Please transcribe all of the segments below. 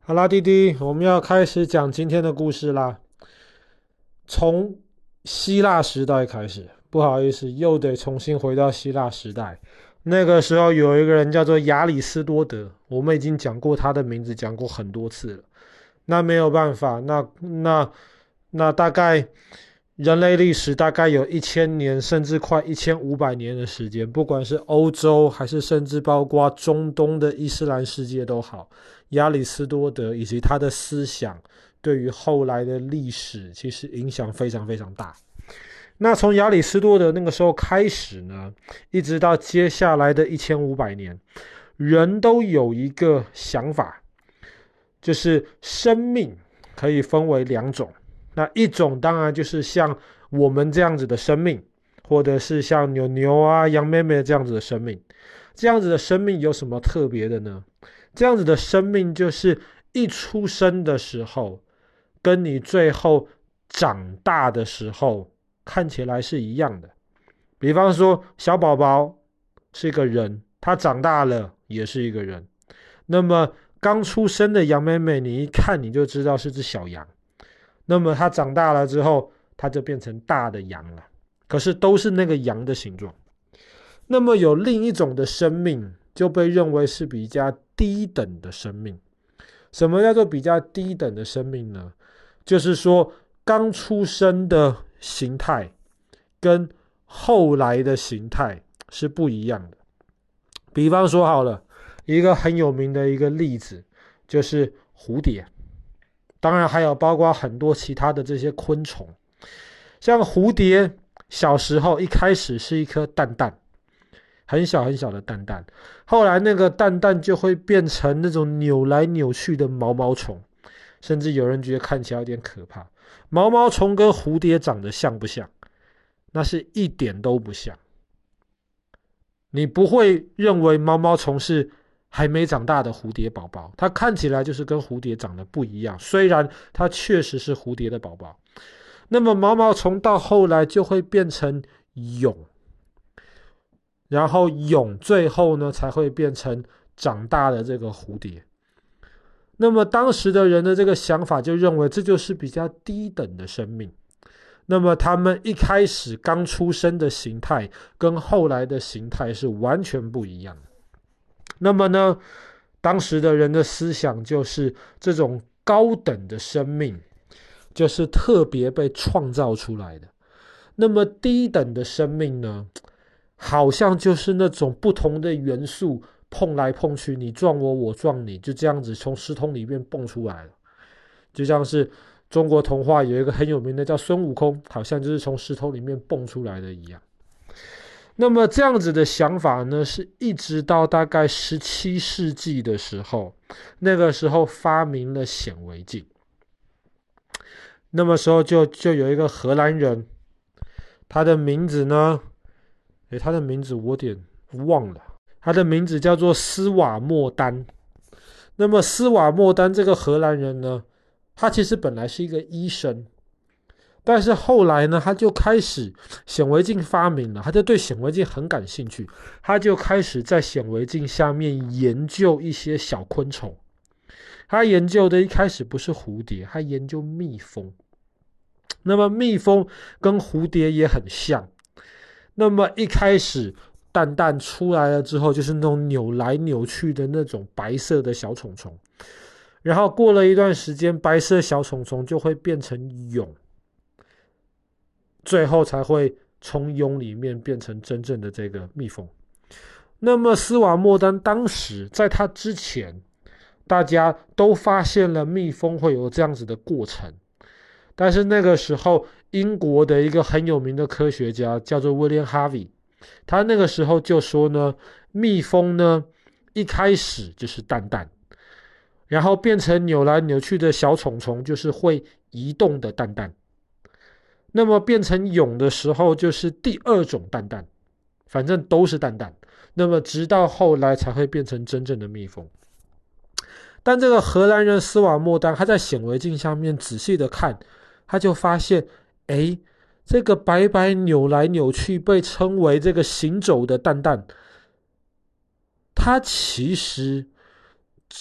好啦，弟弟，我们要开始讲今天的故事啦。从希腊时代开始，不好意思，又得重新回到希腊时代。那个时候有一个人叫做亚里士多德，我们已经讲过他的名字，讲过很多次了。那没有办法，那大概人类历史大概有1000年，甚至快1500年的时间，不管是欧洲还是甚至包括中东的伊斯兰世界都好，亚里士多德以及他的思想对于后来的历史其实影响非常非常大。那从亚里士多德那个时候开始呢，一直到接下来的1500年，人都有一个想法，就是生命可以分为两种。那一种当然就是像我们这样子的生命，或者是像牛牛啊、羊妹妹这样子的生命。这样子的生命有什么特别的呢？这样子的生命就是一出生的时候，跟你最后长大的时候看起来是一样的。比方说，小宝宝是一个人，他长大了也是一个人。那么刚出生的羊妹妹，你一看你就知道是只小羊。那么它长大了之后，它就变成大的羊了。可是都是那个羊的形状。那么有另一种的生命就被认为是比较低等的生命。什么叫做比较低等的生命呢？就是说刚出生的形态跟后来的形态是不一样的。比方说好了，一个很有名的一个例子就是蝴蝶，当然还有包括很多其他的这些昆虫。像蝴蝶小时候一开始是一颗蛋蛋，很小很小的蛋蛋，后来那个蛋蛋就会变成那种扭来扭去的毛毛虫，甚至有人觉得看起来有点可怕。毛毛虫跟蝴蝶长得像不像？那是一点都不像。你不会认为毛毛虫是还没长大的蝴蝶宝宝，它看起来就是跟蝴蝶长得不一样，虽然它确实是蝴蝶的宝宝。那么毛毛虫到后来就会变成蛹，然后蛹最后呢才会变成长大的这个蝴蝶。那么当时的人的这个想法就认为这就是比较低等的生命。那么他们一开始刚出生的形态跟后来的形态是完全不一样的。那么呢，当时的人的思想就是这种高等的生命就是特别被创造出来的。那么低等的生命呢，好像就是那种不同的元素碰来碰去，你撞我，我撞你，就这样子从石头里面蹦出来了。就像是中国童话有一个很有名的叫孙悟空，好像就是从石头里面蹦出来的一样。那么这样子的想法呢，是一直到大概17世纪的时候，那个时候发明了显微镜。那么时候就有一个荷兰人，他的名字呢，他的名字我有点忘了，他的名字叫做斯瓦莫丹。那么斯瓦莫丹这个荷兰人呢，他其实本来是一个医生，但是后来呢，他就开始显微镜发明了，他就对显微镜很感兴趣，他就开始在显微镜下面研究一些小昆虫。他研究的一开始不是蝴蝶，他研究蜜蜂。那么蜜蜂跟蝴蝶也很像。那么一开始蛋蛋出来了之后，就是那种扭来扭去的那种白色的小虫虫，然后过了一段时间，白色小虫虫就会变成蛹，最后才会从蛹里面变成真正的这个蜜蜂。那么斯瓦莫丹当时在他之前，大家都发现了蜜蜂会有这样子的过程，但是那个时候英国的一个很有名的科学家叫做 William Harvey， 他那个时候就说呢，蜜蜂呢一开始就是蛋蛋，然后变成扭来扭去的小虫虫，就是会移动的蛋蛋。那么变成蛹的时候，就是第二种蛋蛋，反正都是蛋蛋。那么直到后来才会变成真正的蜜蜂。但这个荷兰人斯瓦莫丹，他在显微镜下面仔细的看，他就发现，哎，这个白白扭来扭去被称为这个行走的蛋蛋，它其实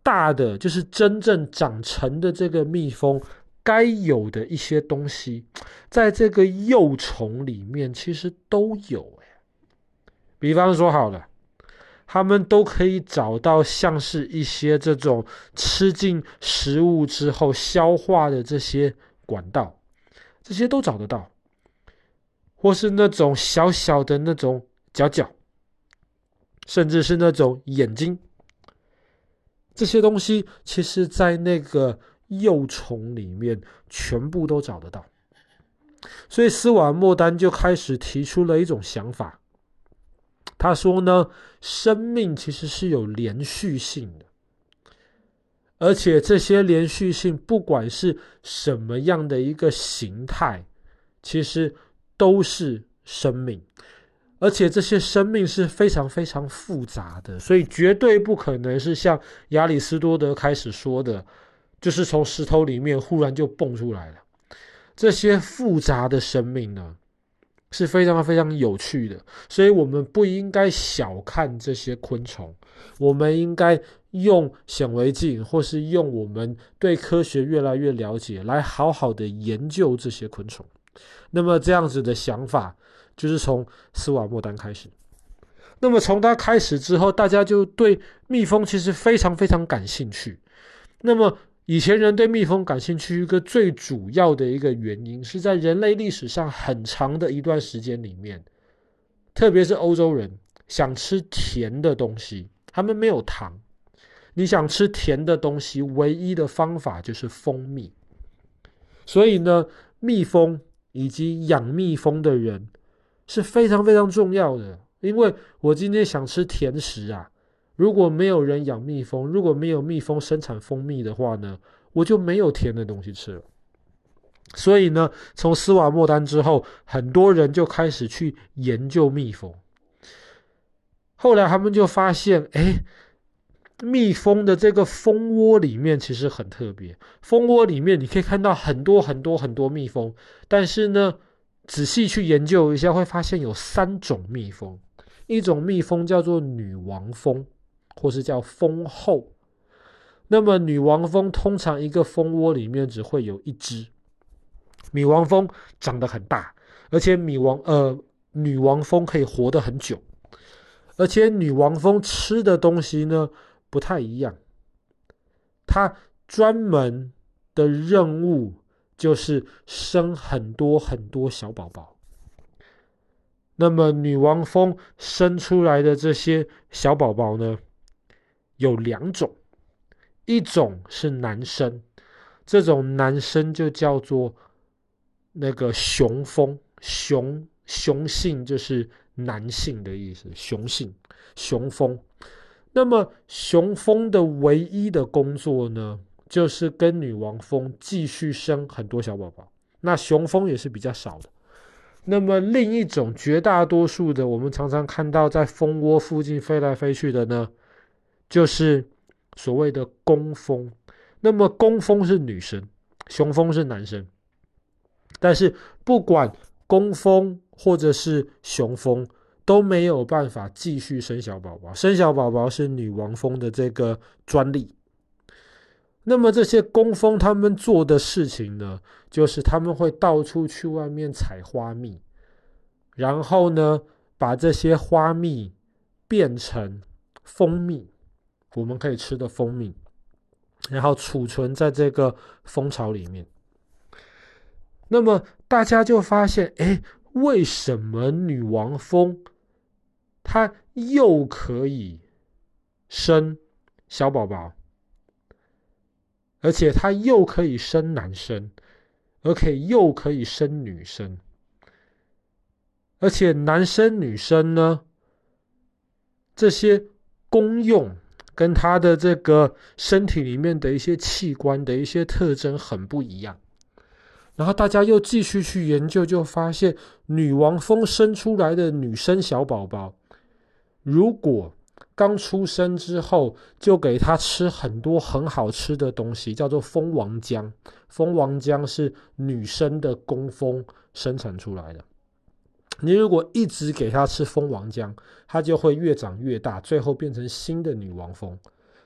大的，就是真正长成的这个蜜蜂该有的一些东西，在这个幼虫里面其实都有。比方说好了，他们都可以找到像是一些这种吃进食物之后消化的这些管道，这些都找得到，或是那种小小的那种角角，甚至是那种眼睛，这些东西其实在那个幼虫里面全部都找得到。所以斯瓦莫丹就开始提出了一种想法，他说呢，生命其实是有连续性的，而且这些连续性不管是什么样的一个形态，其实都是生命，而且这些生命是非常非常复杂的，所以绝对不可能是像亚里士多德开始说的，就是从石头里面忽然就蹦出来了。这些复杂的生命呢，是非常非常有趣的，所以我们不应该小看这些昆虫，我们应该用显微镜，或是用我们对科学越来越了解，来好好的研究这些昆虫。那么这样子的想法，就是从斯瓦莫丹开始。那么从他开始之后，大家就对蜜蜂其实非常非常感兴趣。那么以前人对蜜蜂感兴趣一个最主要的一个原因，是在人类历史上很长的一段时间里面，特别是欧洲人想吃甜的东西，他们没有糖，你想吃甜的东西，唯一的方法就是蜂蜜。所以呢，蜜蜂以及养蜜蜂的人是非常非常重要的，因为我今天想吃甜食啊，如果没有人养蜜蜂，如果没有蜜蜂生产蜂蜜的话呢，我就没有甜的东西吃了。所以呢，从斯瓦莫丹之后，很多人就开始去研究蜜蜂。后来他们就发现，蜜蜂的这个蜂窝里面其实很特别，蜂窝里面你可以看到很多很多很多蜜蜂，但是呢，仔细去研究一下，会发现有3种蜜蜂，一种蜜蜂叫做女王蜂，或是叫蜂后。那么女王蜂通常一个蜂窝里面只会有1只，女王蜂长得很大，而且女王蜂可以活得很久，而且女王蜂吃的东西呢不太一样，它专门的任务就是生很多很多小宝宝。那么女王蜂生出来的这些小宝宝呢，有2种，一种是男生，这种男生就叫做那个雄蜂，雄性就是男性的意思，雄性雄蜂。那么雄蜂的唯一的工作呢，就是跟女王蜂继续生很多小宝宝，那雄蜂也是比较少的。那么另一种绝大多数的，我们常常看到在蜂窝附近飞来飞去的呢，就是所谓的工蜂。那么工蜂是女生，雄蜂是男生。但是不管工蜂或者是雄蜂，都没有办法继续生小宝宝，生小宝宝是女王蜂的这个专利。那么这些工蜂他们做的事情呢，就是他们会到处去外面采花蜜，然后呢把这些花蜜变成蜂蜜，我们可以吃的蜂蜜，然后储存在这个蜂巢里面。那么大家就发现，为什么女王蜂它又可以生小宝宝，而且它又可以生男生，而且又可以生女生，而且男生女生呢，这些功用跟它的这个身体里面的一些器官的一些特征很不一样。然后大家又继续去研究，就发现女王蜂生出来的女生小宝宝，如果刚出生之后就给它吃很多很好吃的东西，叫做蜂王浆。蜂王浆是女生的工蜂生产出来的。你如果一直给它吃蜂王浆，它就会越长越大，最后变成新的女王蜂。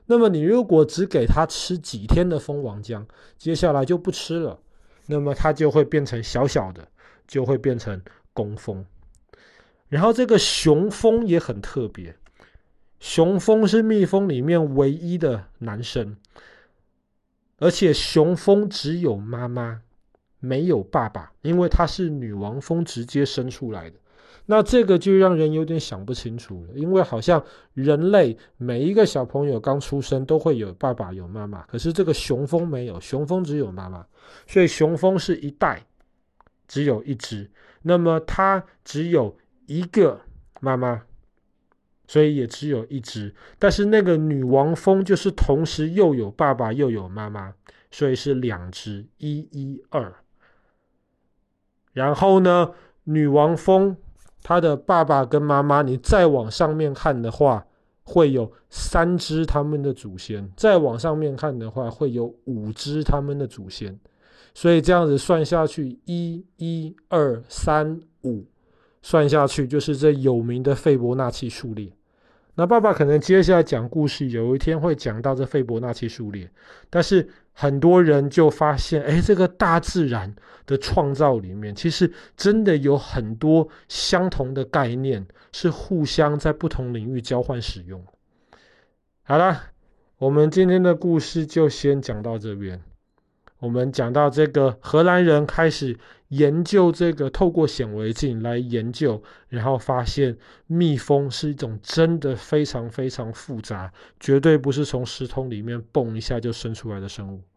那么你如果只给它吃几天的蜂王浆，接下来就不吃了，那么它就会变成小小的，就会变成工蜂。然后这个雄蜂也很特别，雄蜂是蜜蜂里面唯一的男生，而且雄蜂只有妈妈，没有爸爸，因为它是女王蜂直接生出来的。那这个就让人有点想不清楚了，因为好像人类每一个小朋友刚出生都会有爸爸有妈妈，可是这个雄蜂没有，雄蜂只有妈妈，所以雄蜂是一代只有一只，那么它只有一个妈妈，所以也只有一只。但是那个女王蜂就是同时又有爸爸又有妈妈，所以是两只112。然后呢，女王蜂它的爸爸跟妈妈，你再往上面看的话，会有3只他们的祖先；再往上面看的话，会有5只他们的祖先。所以这样子算下去，1、1、2、3、5，算下去就是这有名的斐波那契数列。那爸爸可能接下来讲故事，有一天会讲到这斐波那契数列，但是很多人就发现，这个大自然的创造里面，其实真的有很多相同的概念，是互相在不同领域交换使用。好了，我们今天的故事就先讲到这边。我们讲到这个荷兰人开始研究这个透过显微镜来研究，然后发现蜜蜂是一种真的非常非常复杂，绝对不是从石头里面蹦一下就生出来的生物。